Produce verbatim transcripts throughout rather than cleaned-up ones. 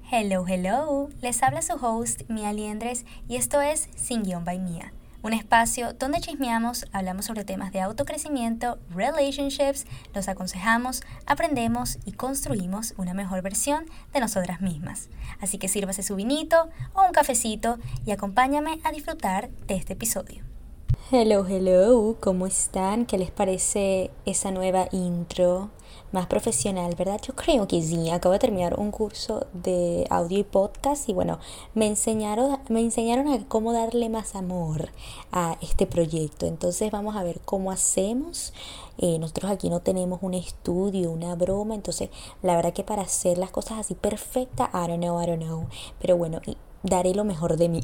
Hello, hello. Les habla su host, Mía Liendres, y esto es Sin Guión by Mía, un espacio donde chismeamos, hablamos sobre temas de autocrecimiento, relationships, los aconsejamos, aprendemos y construimos una mejor versión de nosotras mismas. Así que sírvase su vinito o un cafecito y acompáñame a disfrutar de este episodio. Hello, hello, ¿cómo están? ¿Qué les parece esa nueva intro más profesional, verdad? Yo creo que sí. Acabo de terminar un curso de audio y podcast y bueno, me enseñaron, me enseñaron a cómo darle más amor a este proyecto. Entonces vamos a ver cómo hacemos. Eh, nosotros aquí no tenemos un estudio, una broma, entonces la verdad que para hacer las cosas así perfectas, I don't know, I don't know. Pero bueno, y daré lo mejor de mí.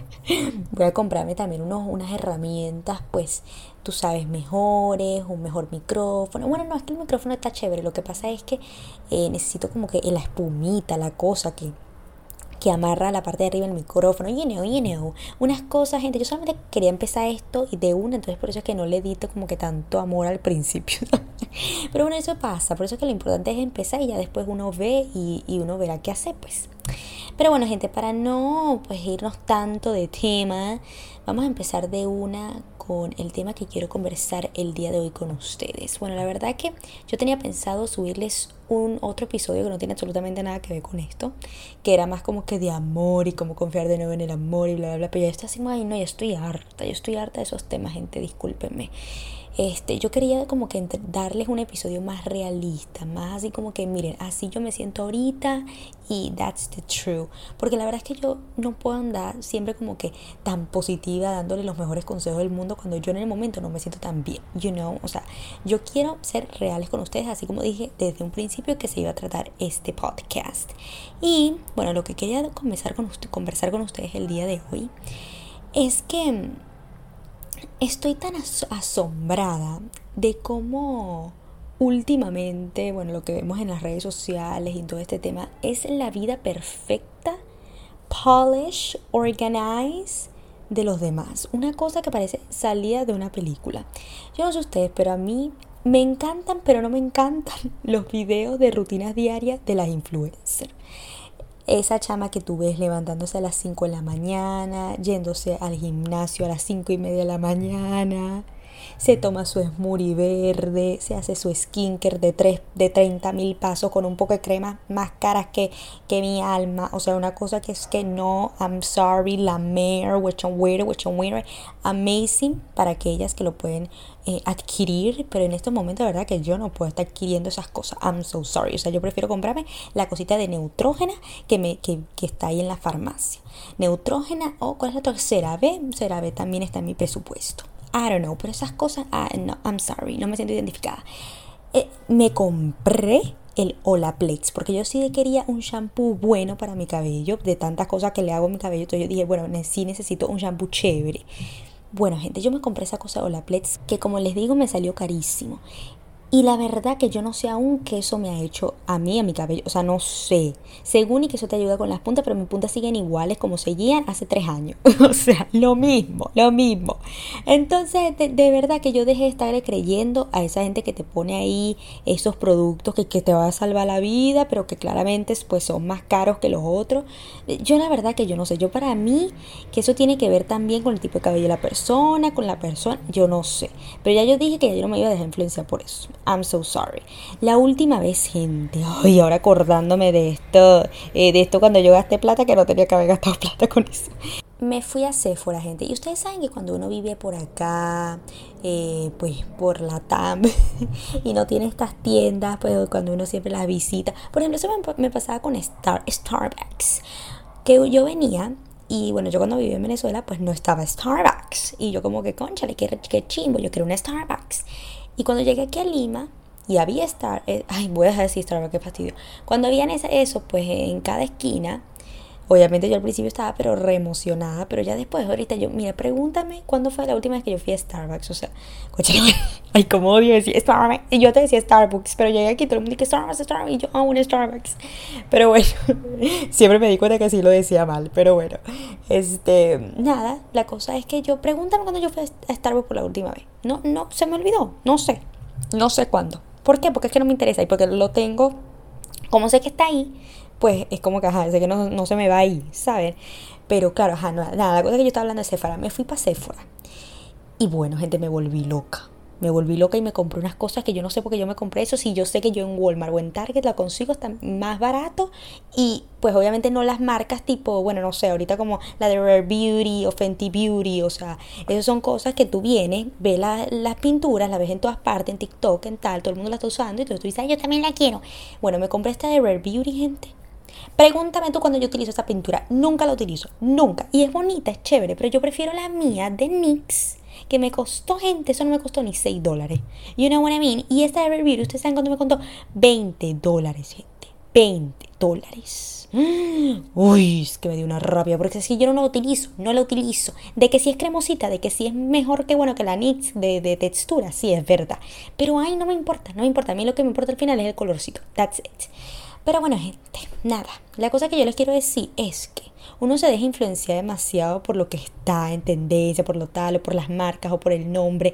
Voy a comprarme también unos, unas herramientas, pues, tú sabes, mejores, un mejor micrófono. Bueno, no, es que el micrófono está chévere. Lo que pasa es que eh, necesito como que la espumita, la cosa que, que amarra la parte de arriba del micrófono. You know, you know. Unas cosas, gente. Yo solamente quería empezar esto y de una, entonces por eso es que no le edito como que tanto amor al principio. Pero bueno, eso pasa. Por eso es que lo importante es empezar y ya después uno ve y, y uno verá qué hacer, pues. Pero bueno, gente, para no pues irnos tanto de tema, vamos a empezar de una con el tema que quiero conversar el día de hoy con ustedes. Bueno, la verdad que yo tenía pensado subirles un otro episodio que no tiene absolutamente nada que ver con esto, que era más como que de amor y cómo confiar de nuevo en el amor y bla, bla, bla. Pero ya está así, ay, no, ya estoy harta, yo estoy harta de esos temas, gente, discúlpenme. Este, yo quería como que darles un episodio más realista, más así como que miren, así yo me siento ahorita y that's the truth, porque la verdad es que yo no puedo andar siempre como que tan positiva dándole los mejores consejos del mundo cuando yo en el momento no me siento tan bien, you know, o sea, yo quiero ser reales con ustedes, así como dije desde un principio que se iba a tratar este podcast. Y bueno, lo que quería conversar con, usted, conversar con ustedes el día de hoy es que estoy tan as- asombrada de cómo últimamente, bueno, lo que vemos en las redes sociales y todo este tema es la vida perfecta, polish, organize de los demás. Una cosa que parece salida de una película. Yo no sé ustedes, pero a mí me encantan, pero no me encantan los videos de rutinas diarias de las influencers. Esa chama que tú ves levantándose a las cinco de la mañana, yéndose al gimnasio a las cinco y media de la mañana, se toma su smoothie verde, se hace su skincare de, tres, de treinta mil pasos con un poco de cremas más caras que, que mi alma. O sea, una cosa que es que no, I'm sorry, la Mer, which I'm weird, which I'm weird, amazing para aquellas que lo pueden eh, adquirir, pero en estos momentos, de verdad que yo no puedo estar adquiriendo esas cosas. I'm so sorry. O sea, yo prefiero comprarme la cosita de Neutrógena que, me, que, que está ahí en la farmacia. Neutrógena o, ¿cuál es la otra? CeraVe. CeraVe también está en mi presupuesto. I don't know, pero esas cosas, ah, no, I'm sorry, no me siento identificada. Eh, me compré el Olaplex, porque yo sí quería un shampoo bueno para mi cabello, de tantas cosas que le hago a mi cabello, entonces yo dije, bueno, sí necesito un shampoo chévere. Bueno, gente, yo me compré esa cosa Olaplex, que como les digo, me salió carísimo. Y la verdad que yo no sé aún qué eso me ha hecho a mí, a mi cabello. O sea, no sé. Según y que eso te ayuda con las puntas, pero mis puntas siguen iguales como seguían hace tres años. O sea, lo mismo, lo mismo. Entonces, de, de verdad que yo dejé de estarle creyendo a esa gente que te pone ahí esos productos que, que te va a salvar la vida, pero que claramente pues, son más caros que los otros. Yo la verdad que yo no sé. Yo para mí, que eso tiene que ver también con el tipo de cabello de la persona, con la persona, yo no sé. Pero ya yo dije que yo no me iba a dejar influenciar por eso. I'm so sorry. La última vez, gente, ay, ahora acordándome de esto, eh, de esto cuando yo gasté plata, que no tenía que haber gastado plata con eso. Me fui a Sephora, gente. Y ustedes saben que cuando uno vive por acá, eh, pues por la T A M, y no tiene estas tiendas, pues cuando uno siempre las visita. Por ejemplo, eso me, me pasaba con Star, Starbucks. Que yo venía. Y bueno, yo cuando vivía en Venezuela, pues no estaba Starbucks. Y yo como que, cónchale, qué, qué chimbo, yo quiero una Starbucks. Y cuando llegué aquí a Lima y había Star, eh, ay, voy a dejar de decir Starbucks, qué fastidio. Cuando habían ese, eso, pues en cada esquina, obviamente yo al principio estaba pero re emocionada, pero ya después, ahorita yo, mira, pregúntame cuándo fue la última vez que yo fui a Starbucks, o sea, coche, ay, cómo odio decir Starbucks, y yo te decía Starbucks, pero llegué aquí, todo el mundo dice Starbucks, Starbucks, y yo, ah, un Starbucks, pero bueno, siempre me di cuenta que sí lo decía mal, pero bueno, este, nada, la cosa es que yo, pregúntame cuándo yo fui a Starbucks por la última vez, no, no, se me olvidó, no sé, no sé cuándo, ¿por qué? Porque es que no me interesa, y porque lo tengo, como sé que está ahí, pues es como que, ajá, sé que no, no se me va ahí, ¿saben? Pero claro, ajá, no, nada, la cosa que yo estaba hablando de Sephora, me fui para Sephora. Y bueno, gente, me volví loca. Me volví loca y me compré unas cosas que yo no sé por qué yo me compré eso. Si yo sé que yo en Walmart o en Target la consigo está más barato. Y pues obviamente no las marcas tipo, bueno, no sé, ahorita como la de Rare Beauty o Fenty Beauty. O sea, esas son cosas que tú vienes, ves la, las pinturas, las ves en todas partes, en TikTok, en tal, todo el mundo la está usando. Y tú dices, ay, yo también la quiero. Bueno, me compré esta de Rare Beauty, gente. Pregúntame tú cuando yo utilizo esta pintura. Nunca la utilizo, nunca. Y es bonita, es chévere, pero yo prefiero la mía de NYX, que me costó, gente, eso no me costó ni seis dólares. You know what I mean? Y esta de Rare Beauty, ¿ustedes saben cuánto me costó? veinte dólares, gente. veinte dólares. Uy, es que me dio una rabia, porque si yo no la utilizo, no la utilizo. De que si es cremosita, de que si es mejor que, bueno, que la NYX de, de textura, sí, es verdad. Pero ay, no me importa, no me importa. A mí lo que me importa al final es el colorcito. That's it. Pero bueno, gente, nada. La cosa que yo les quiero decir es que uno se deja influenciar demasiado por lo que está en tendencia, por lo tal, o por las marcas, o por el nombre,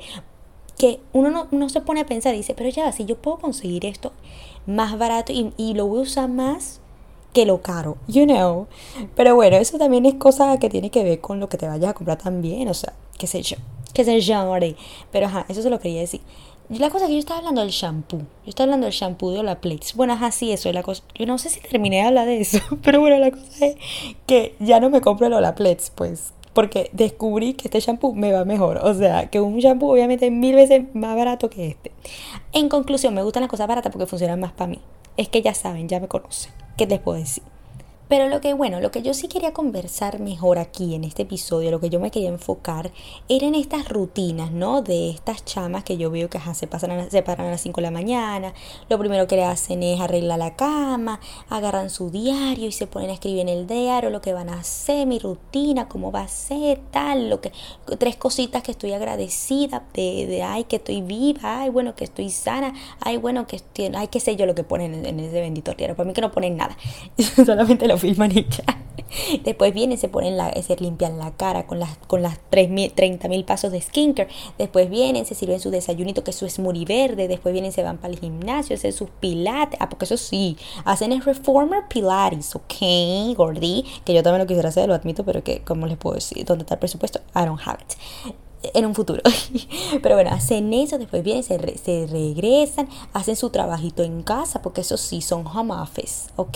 que uno no, no se pone a pensar y dice, pero ya, si yo puedo conseguir esto más barato y, y lo voy a usar más que lo caro, you know. Pero bueno, eso también es cosa que tiene que ver con lo que te vayas a comprar también, o sea, qué sé yo, qué sé yo, Ore. Pero ajá, eso se lo quería decir. La cosa que yo estaba hablando del shampoo. Yo estaba hablando del shampoo de Olaplex. Bueno, ajá, sí, eso es la cosa. Yo no sé si terminé de hablar de eso, pero bueno, la cosa es que ya no me compro el Olaplex, pues. Porque descubrí que este shampoo me va mejor. O sea, que un shampoo obviamente es mil veces más barato que este. En conclusión, me gustan las cosas baratas porque funcionan más para mí. Es que ya saben, ya me conocen. ¿Qué les puedo decir? Pero lo que, bueno, lo que yo sí quería conversar mejor aquí en este episodio, lo que yo me quería enfocar, era en estas rutinas, ¿no? De estas chamas que yo veo que ajá, se, pasan a, se paran a las cinco de la mañana, lo primero que le hacen es arreglar la cama, agarran su diario y se ponen a escribir en el diario lo que van a hacer, mi rutina, cómo va a ser, tal, lo que, tres cositas que estoy agradecida de, de ay, que estoy viva, ay, bueno, que estoy sana, ay, bueno, que estoy, ay, qué sé yo lo que ponen en, en ese bendito diario. Para mí que no ponen nada, solamente lo filman y ya. Después vienen, se ponen la, se limpian la cara con las, con las treinta mil pasos de skincare. Después vienen, se sirven su desayunito, que es su smoothie verde. Después vienen, se van para el gimnasio, hacen sus pilates. Ah, porque eso sí, hacen el reformer pilates, ok, gordi. Que yo también lo quisiera hacer, lo admito, pero que, ¿cómo les puedo decir? ¿Dónde está el presupuesto? I don't have it. En un futuro. Pero bueno, hacen eso, después vienen, se, re, se regresan, hacen su trabajito en casa, porque eso sí son home office, ¿ok?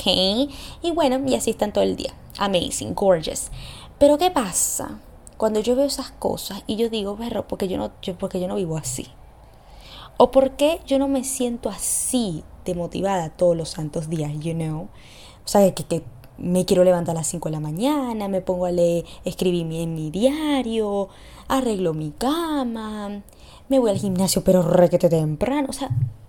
Y bueno, y así están todo el día. Amazing, gorgeous. Pero ¿qué pasa? Cuando yo veo esas cosas y yo digo, perro, porque yo no, yo, porque yo no vivo así. O porque yo no me siento así de motivada todos los santos días, you know. O sea, que, que me quiero levantar a las cinco de la mañana, me pongo a leer, escribir en mi diario, arreglo mi cama, me voy al gimnasio pero requete temprano, o sea,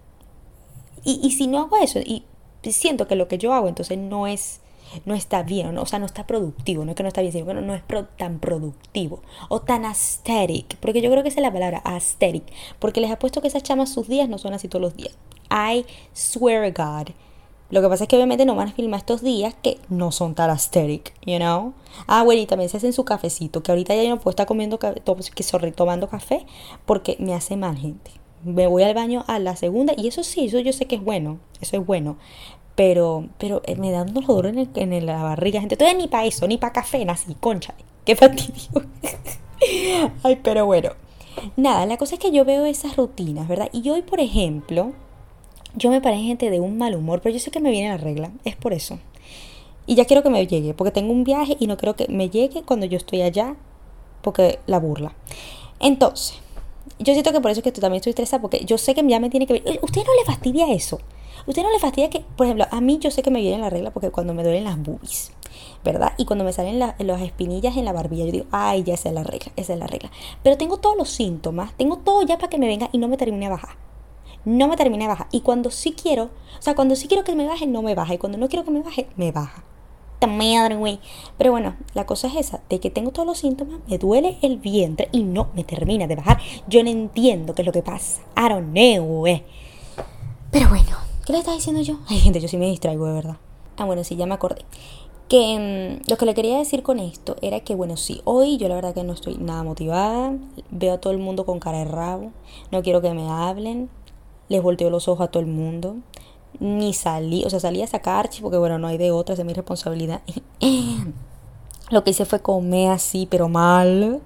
y, y si no hago eso, y siento que lo que yo hago entonces no es, no está bien, ¿no? O sea, no está productivo, no es que no está bien, sino que no, no es pro, tan productivo o tan aesthetic, porque yo creo que esa es la palabra, aesthetic, porque les apuesto que esas chamas sus días no son así todos los días. I swear to God. Lo que pasa es que obviamente no van a filmar estos días que no son tan aesthetic, you know. Ah, bueno, y también se hacen su cafecito, que ahorita ya yo no puedo estar comiendo, que sorry, tomando café, porque me hace mal, gente. Me voy al baño a la segunda, y eso sí, eso yo sé que es bueno, eso es bueno. Pero, pero me da un dolor en, el, en la barriga, gente. Entonces ni para eso, ni para café, así, concha. Qué fastidio. Ay, pero bueno. Nada, la cosa es que yo veo esas rutinas, ¿verdad? Y hoy, por ejemplo, yo me parece gente de un mal humor, pero yo sé que me viene la regla, es por eso. Y ya quiero que me llegue, porque tengo un viaje y no quiero que me llegue cuando yo estoy allá, porque la burla. Entonces, yo siento que por eso es que tú también estoy estresada, porque yo sé que ya me tiene que ver. ¿Usted no le fastidia eso? ¿Usted no le fastidia que, por ejemplo, a mí yo sé que me viene la regla porque cuando me duelen las boobies, ¿verdad? Y cuando me salen la, las espinillas en la barbilla, yo digo, ay, ya esa es la regla, esa es la regla. Pero tengo todos los síntomas, tengo todo ya para que me venga y no me termine a bajar. No me termine a bajar. Y cuando sí quiero, o sea, cuando sí quiero que me baje, no me baja. Y cuando no quiero que me baje, me baja. ¡Ta madre, güey! Pero bueno, la cosa es esa, de que tengo todos los síntomas, me duele el vientre y no me termina de bajar. Yo no entiendo qué es lo que pasa. I don't know, güey. Pero bueno, ¿qué le estaba diciendo yo? Ay, gente, yo sí me distraigo, de verdad. Ah, bueno, sí, ya me acordé. Que mmm, lo que le quería decir con esto era que, bueno, sí, hoy yo la verdad que no estoy nada motivada. Veo a todo el mundo con cara de rabo. No quiero que me hablen. Les volteo los ojos a todo el mundo. ni salí, o sea, salí a sacar, porque bueno, no hay de otra, es mi responsabilidad. Lo que hice fue comer así, pero mal.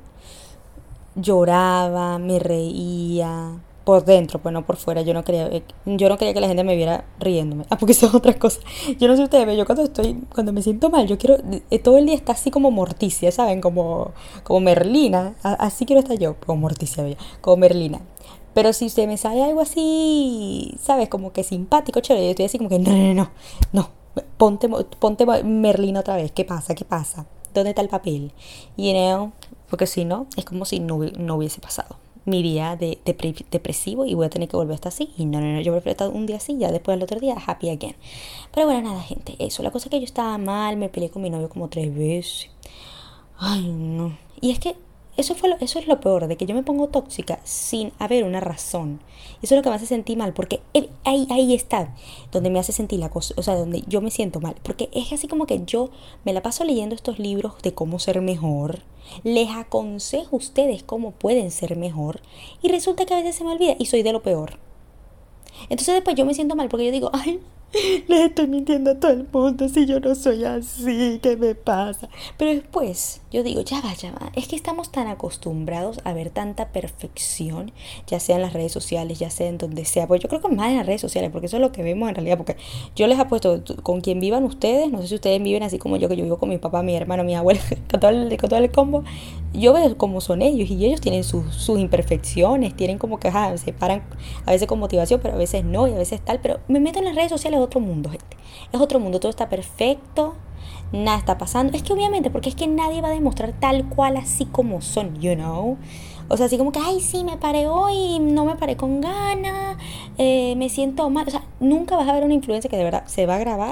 Lloraba, me reía. Por dentro, pues no por fuera. Yo no quería, yo no quería que la gente me viera riéndome. Ah, porque eso es otra cosa. Yo no sé ustedes, pero yo cuando estoy, cuando me siento mal, yo quiero, eh, todo el día está así como Morticia, ¿saben? Como, como Merlina. Así quiero estar yo, como Morticia, como Merlina. Pero si se me sale algo así, ¿sabes? Como que simpático, chévere, yo estoy así como que no, no, no, no. Ponte, ponte Merlina otra vez. ¿Qué pasa? ¿Qué pasa? ¿Dónde está el papel? You know, porque si no, es como si no, no hubiese pasado mi día de, de depresivo y voy a tener que volver a estar así. Y no, no, no, yo prefiero estar un día así, ya después del otro día, happy again. Pero bueno, nada, gente, eso. La cosa es que yo estaba mal, me peleé con mi novio como tres veces. Ay, no. Y es que eso, fue lo, eso es lo peor, de que yo me pongo tóxica sin haber una razón. Eso es lo que me hace sentir mal, porque ahí, ahí está donde me hace sentir la cosa, o sea, donde yo me siento mal. Porque es así como que yo me la paso leyendo estos libros de cómo ser mejor, les aconsejo a ustedes cómo pueden ser mejor, y resulta que a veces se me olvida y soy de lo peor. Entonces después yo me siento mal porque yo digo, ay, les estoy mintiendo a todo el mundo si yo no soy así, ¿qué me pasa? Pero después yo digo, ya va, ya va, es que estamos tan acostumbrados a ver tanta perfección, ya sea en las redes sociales, ya sea en donde sea, pues yo creo que más en las redes sociales, porque eso es lo que vemos en realidad, porque yo les apuesto, con quien vivan ustedes, no sé si ustedes viven así como yo, que yo vivo con mi papá, mi hermano, mi abuela, con todo el, con todo el combo, yo veo cómo son ellos y ellos tienen sus, sus imperfecciones, tienen como que, ajá, se paran a veces con motivación, pero a veces no y a veces tal, pero me meto en las redes sociales, es otro mundo, gente, es otro mundo, todo está perfecto, nada está pasando, es que obviamente, porque es que nadie va a demostrar tal cual así como son, you know, o sea, así como que, ay, sí, me paré hoy, no me paré con ganas, eh, me siento mal, o sea, nunca vas a ver una influencia que de verdad se va a grabar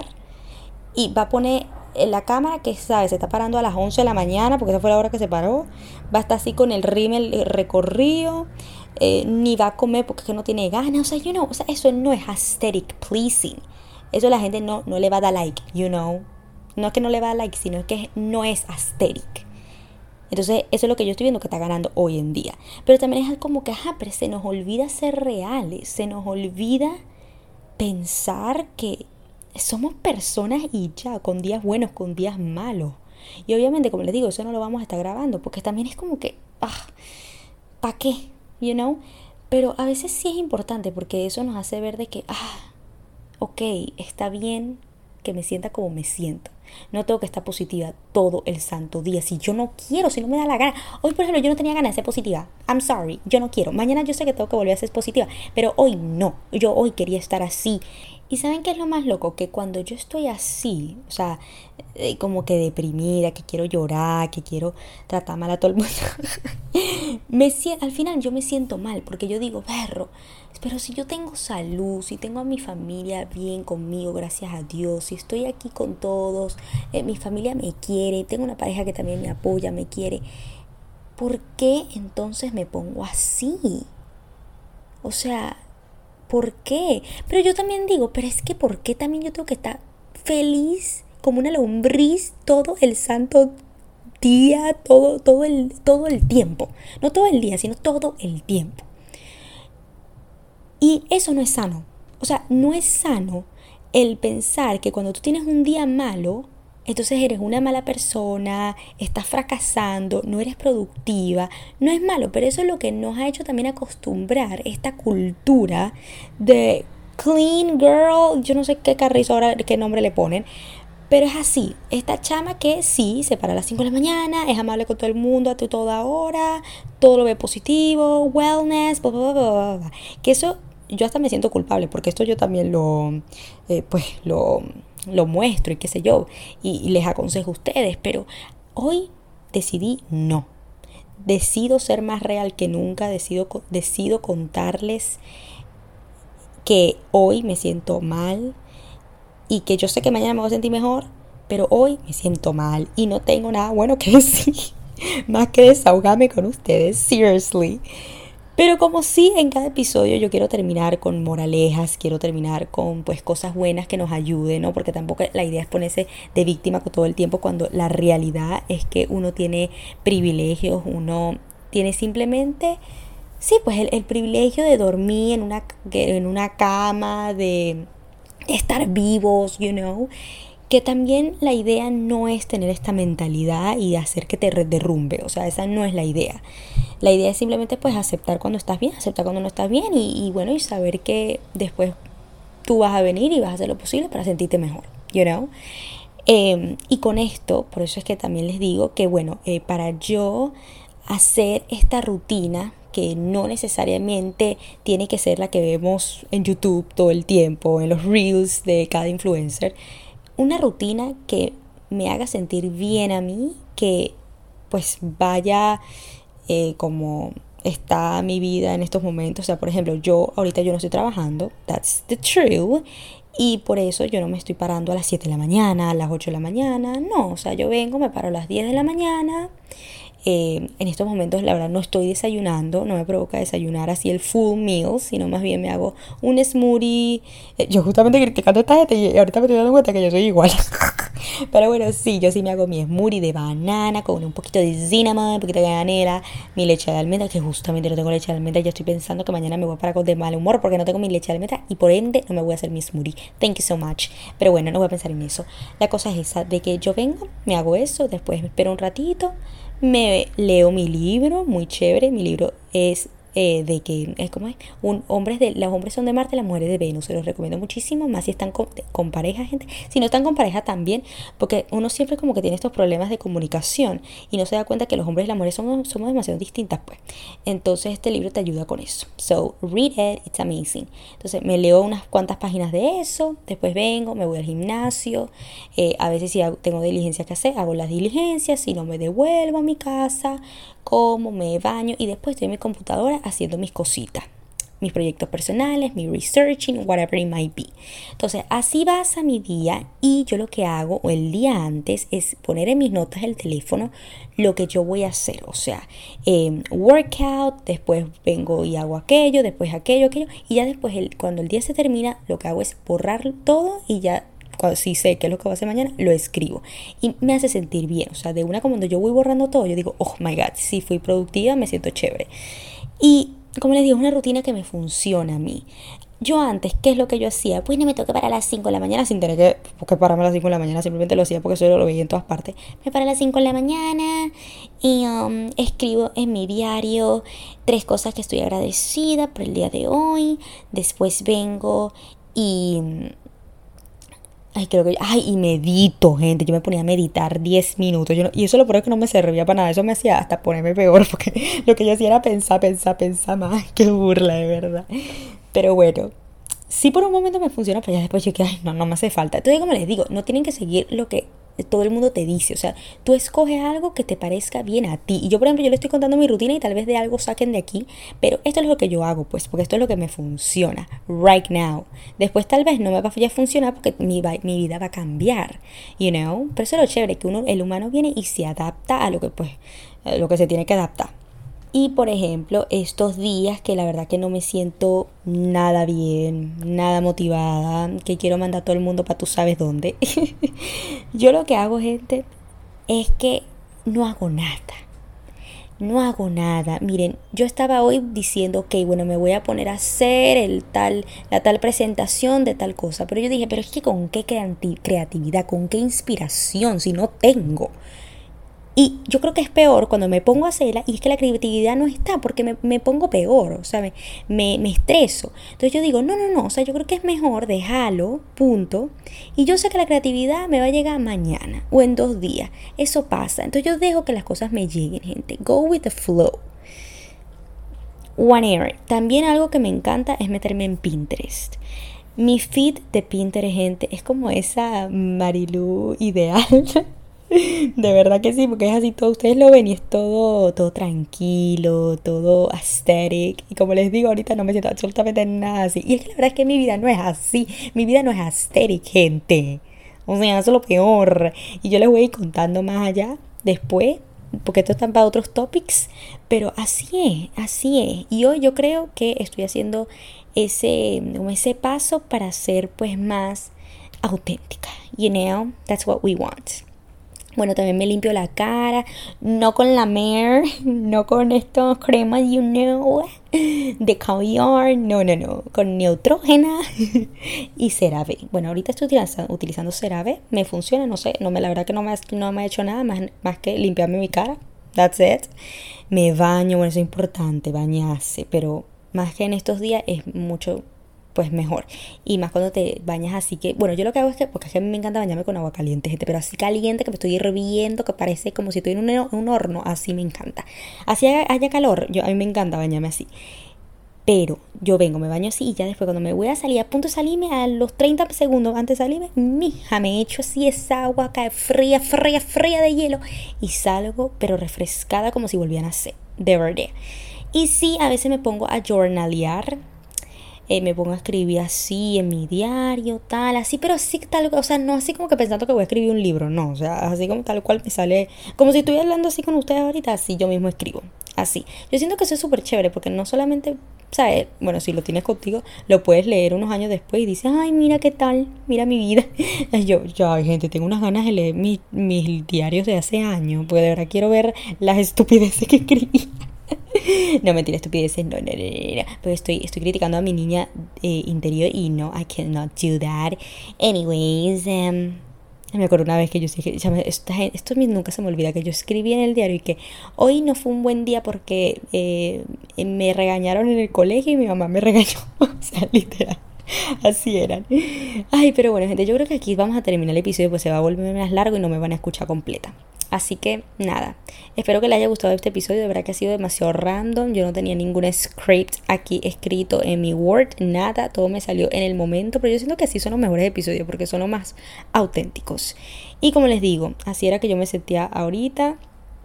y va a poner en la cámara que, ¿sabes? Se está parando a las once de la mañana, porque esa fue la hora que se paró, va a estar así con el rímel recorrido, eh, ni va a comer porque es que no tiene ganas, o sea, you know, o sea, eso no es aesthetic pleasing, eso la gente no, no le va a dar like, you know, no es que no le va a dar like, sino que no es aesthetic. Entonces eso es lo que yo estoy viendo que está ganando hoy en día, pero también es como que, ajá, pero se nos olvida ser reales, se nos olvida pensar que somos personas y ya, con días buenos, con días malos. Y obviamente, como les digo, eso no lo vamos a estar grabando, porque también es como que, ah, ¿para qué? You know? Pero a veces sí es importante, porque eso nos hace ver de que, ah, ok, está bien que me sienta como me siento. No tengo que estar positiva todo el santo día. Si yo no quiero, si no me da la gana. Hoy, por ejemplo, yo no tenía ganas de ser positiva. I'm sorry, yo no quiero. Mañana yo sé que tengo que volver a ser positiva, pero hoy no. Yo hoy quería estar así. ¿Y saben qué es lo más loco? Que cuando yo estoy así, o sea, eh, como que deprimida, que quiero llorar, que quiero tratar mal a todo el mundo, me, al final yo me siento mal, porque yo digo, perro, pero si yo tengo salud, si tengo a mi familia bien conmigo, gracias a Dios, si estoy aquí con todos, eh, mi familia me quiere, tengo una pareja que también me apoya, me quiere, ¿por qué entonces me pongo así? O sea, ¿por qué? Pero yo también digo, pero es que ¿por qué también yo tengo que estar feliz como una lombriz todo el santo día, todo, todo, el, todo el tiempo? No todo el día, sino todo el tiempo. Y eso no es sano. O sea, no es sano el pensar que cuando tú tienes un día malo, entonces eres una mala persona, estás fracasando, no eres productiva. No es malo, pero eso es lo que nos ha hecho también acostumbrar esta cultura de clean girl, yo no sé qué carrizo ahora, qué nombre le ponen, pero es así, esta chama que sí, se para a las cinco de la mañana, es amable con todo el mundo a toda hora, todo lo ve positivo, wellness, bla, bla, bla, bla, bla. Que eso, yo hasta me siento culpable, porque esto yo también lo, eh, pues, lo... lo muestro y qué sé yo, y, y les aconsejo a ustedes, pero hoy decidí no, decido ser más real que nunca, decido, decido contarles que hoy me siento mal y que yo sé que mañana me voy a sentir mejor, pero hoy me siento mal y no tengo nada bueno que decir, más que desahogarme con ustedes, seriously. Pero como sí, en cada episodio yo quiero terminar con moralejas, quiero terminar con pues cosas buenas que nos ayuden, ¿no? Porque tampoco la idea es ponerse de víctima todo el tiempo, cuando la realidad es que uno tiene privilegios, uno tiene simplemente, sí, pues el, el privilegio de dormir en una, en una cama, de estar vivos, you know. Que también la idea no es tener esta mentalidad y hacer que te derrumbe, o sea, esa no es la idea. La idea es simplemente pues aceptar cuando estás bien, aceptar cuando no estás bien y, y bueno, y saber que después tú vas a venir y vas a hacer lo posible para sentirte mejor, you know. Eh, y con esto, por eso es que también les digo que bueno, eh, para yo hacer esta rutina, que no necesariamente tiene que ser la que vemos en YouTube todo el tiempo, en los reels de cada influencer, una rutina que me haga sentir bien a mí, que pues vaya eh, como está mi vida en estos momentos. O sea, por ejemplo, yo ahorita yo no estoy trabajando, that's the truth, y por eso yo no me estoy parando a las siete de la mañana, a las ocho de la mañana, no, o sea, yo vengo, me paro a las diez de la mañana. Eh, en estos momentos la verdad no estoy desayunando, no me provoca desayunar así el full meal, sino más bien me hago un smoothie. Eh, yo justamente criticando a esta gente y ahorita me estoy dando cuenta que yo soy igual. Pero bueno, sí, yo sí me hago mi smoothie de banana con un poquito de cinnamon, un poquito de canela, mi leche de almendra, que justamente no tengo leche de almendra. Ya estoy pensando que mañana me voy a parar con de mal humor porque no tengo mi leche de almendra y por ende no me voy a hacer mi smoothie. Thank you so much. Pero bueno, no voy a pensar en eso. La cosa es esa, de que yo vengo, me hago eso, después me espero un ratito, me leo mi libro, muy chévere. Mi libro es eh, de que es como es un hombres de los hombres son de Marte, las mujeres de Venus. Se los recomiendo muchísimo, más si están con, con pareja, gente. Si no están con pareja también, porque uno siempre como que tiene estos problemas de comunicación y no se da cuenta que los hombres y las mujeres somos, somos demasiado distintas, pues. Entonces este libro te ayuda con eso. So read it, it's amazing. Entonces me leo unas cuantas páginas de eso, después vengo, me voy al gimnasio. Eh, a veces si hago, tengo diligencias que hacer, hago las diligencias, si no me devuelvo a mi casa, como, me baño y después estoy en mi computadora haciendo mis cositas, mis proyectos personales, mi researching, whatever it might be. Entonces así pasa mi día y yo lo que hago o el día antes es poner en mis notas del teléfono lo que yo voy a hacer, o sea, eh, workout, después vengo y hago aquello, después aquello, aquello y ya después el, cuando el día se termina lo que hago es borrar todo y ya cuando, si sé qué es lo que voy a hacer mañana, lo escribo. Y me hace sentir bien. O sea, de una como cuando yo voy borrando todo, yo digo, oh my God, si fui productiva, me siento chévere. Y como les digo, es una rutina que me funciona a mí. Yo antes, ¿qué es lo que yo hacía? Pues no me toca parar a las cinco de la mañana sin tener que, porque pararme a las cinco de la mañana, simplemente lo hacía porque eso lo veía en todas partes. Me paro a las cinco de la mañana y um, escribo en mi diario tres cosas que estoy agradecida por el día de hoy. Después vengo y... Ay, creo que... Ay, y medito, gente. Yo me ponía a meditar diez minutos. Yo no, y eso lo peor es que no me servía para nada. Eso me hacía hasta ponerme peor. Porque lo que yo hacía era pensar, pensar, pensar más. Qué burla, de verdad. Pero bueno, sí por un momento me funciona, pero ya después yo que, ay, no, no me hace falta. Entonces, como les digo, no tienen que seguir lo que todo el mundo te dice. O sea, tú escoges algo que te parezca bien a ti. Y yo, por ejemplo, yo le estoy contando mi rutina y tal vez de algo saquen de aquí. Pero esto es lo que yo hago, pues, porque esto es lo que me funciona right now. Después tal vez no me va a funcionar porque mi, mi vida va a cambiar, you know. Pero eso es lo chévere, que uno, el humano viene y se adapta a lo que, pues, a lo que se tiene que adaptar. Y por ejemplo, estos días que la verdad que no me siento nada bien, nada motivada, que quiero mandar a todo el mundo para tú sabes dónde. Yo lo que hago, gente, es que no hago nada. No hago nada. Miren, yo estaba hoy diciendo, ok, bueno, me voy a poner a hacer el tal, la tal presentación de tal cosa. Pero yo dije, pero es que con qué creatividad, con qué inspiración, si no tengo. Y yo creo que es peor cuando me pongo a hacerla y es que la creatividad no está porque me, me pongo peor, o sea, me, me, me estreso. Entonces yo digo, no, no, no, o sea, yo creo que es mejor dejarlo, punto. Y yo sé que la creatividad me va a llegar mañana o en dos días. Eso pasa. Entonces yo dejo que las cosas me lleguen, gente. Go with the flow. One error. También algo que me encanta es meterme en Pinterest. Mi feed de Pinterest, gente, es como esa Marilu ideal. De verdad que sí, porque es así, todo ustedes lo ven y es todo, todo tranquilo, todo aesthetic. Y como les digo, ahorita no me siento absolutamente nada así. Y es que la verdad es que mi vida no es así. Mi vida no es aesthetic, gente. O sea, eso es lo peor. Y yo les voy a ir contando más allá después, porque esto está para otros topics. Pero así es, así es. Y hoy yo creo que estoy haciendo ese, ese paso para ser pues más auténtica. You know, that's what we want. Bueno, también me limpio la cara, no con la Mer, no con estos cremas, you know, de caviar, no, no, no, con Neutrogena y CeraVe. Bueno, ahorita estoy utilizando, utilizando CeraVe, me funciona, no sé, no me, la verdad que no me, no me ha hecho nada más, más que limpiarme mi cara, that's it. Me baño, bueno, eso es importante, bañarse, pero más que en estos días es mucho pues mejor. Y más cuando te bañas así que, bueno, yo lo que hago es que, porque es que a mí me encanta bañarme con agua caliente, gente, pero así caliente que me estoy hirviendo, que parece como si estoy en un, un horno, así me encanta. Así haya, haya calor, yo, a mí me encanta bañarme así. Pero yo vengo, me baño así y ya después cuando me voy a salir, a punto de salirme, a los treinta segundos antes de salirme, mija, me echo así esa agua cae fría, fría, fría de hielo y salgo, pero refrescada como si volviera a nacer, de verdad. Y sí, a veces me pongo a journalear. Eh, me pongo a escribir así en mi diario, tal, así, pero así tal, o sea, no así como que pensando que voy a escribir un libro, no, o sea, así como tal cual me sale, como si estuviera hablando así con ustedes ahorita, así yo mismo escribo, así. Yo siento que eso es súper chévere porque no solamente, ¿sabes? Bueno, si lo tienes contigo, lo puedes leer unos años después y dices, ay, mira qué tal, mira mi vida. Yo, ya, gente, tengo unas ganas de leer mis, mis diarios de hace años, porque de verdad quiero ver las estupideces que escribí. No, mentira, estupideces, no, no, no, no, no. Pero estoy, estoy criticando a mi niña eh, interior y no, I cannot do that. Anyways, um, me acuerdo una vez que yo dije, esto, esto nunca se me olvida, que yo escribí en el diario y que hoy no fue un buen día porque eh, me regañaron en el colegio y mi mamá me regañó. O sea, literal. Así eran. Ay, pero bueno, gente, yo creo que aquí vamos a terminar el episodio, pues se va a volver más largo y no me van a escuchar completa. Así que nada, espero que les haya gustado este episodio, de verdad que ha sido demasiado random, yo no tenía ningún script aquí escrito en mi Word, nada, todo me salió en el momento, pero yo siento que así son los mejores episodios porque son los más auténticos. Y como les digo, así era que yo me sentía ahorita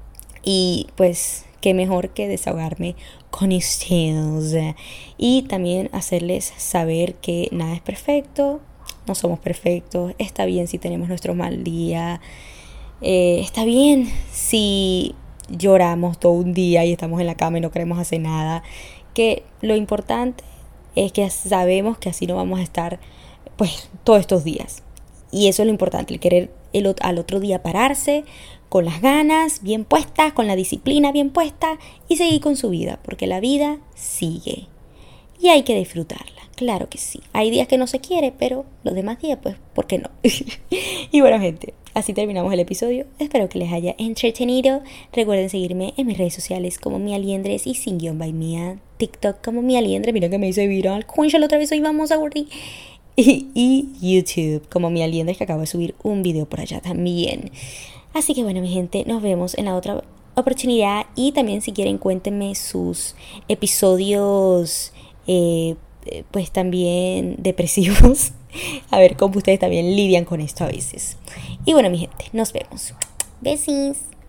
y pues qué mejor que desahogarme con ustedes y también hacerles saber que nada es perfecto, no somos perfectos, está bien si tenemos nuestro mal día. Eh, está bien si lloramos todo un día y estamos en la cama y no queremos hacer nada, que lo importante es que sabemos que así no vamos a estar pues todos estos días, y eso es lo importante, el querer el, al otro día pararse con las ganas bien puestas, con la disciplina bien puesta y seguir con su vida, porque la vida sigue y hay que disfrutarla. Claro que sí, hay días que no se quiere, pero los demás días pues, ¿por qué no? Y bueno, gente, así terminamos el episodio. Espero que les haya entretenido. Recuerden seguirme en mis redes sociales como Mia Liendres y sin guión by Mia. TikTok como Mia Liendres. Mira que me hice viral. Concha, otra vez hoy vamos a Gordy. Y, y YouTube como Mia Liendres, que acabo de subir un video por allá también. Así que bueno, mi gente, nos vemos en la otra oportunidad. Y también si quieren, cuéntenme sus episodios eh, pues también depresivos. A ver cómo ustedes también lidian con esto a veces. Y bueno, mi gente, nos vemos. Besis.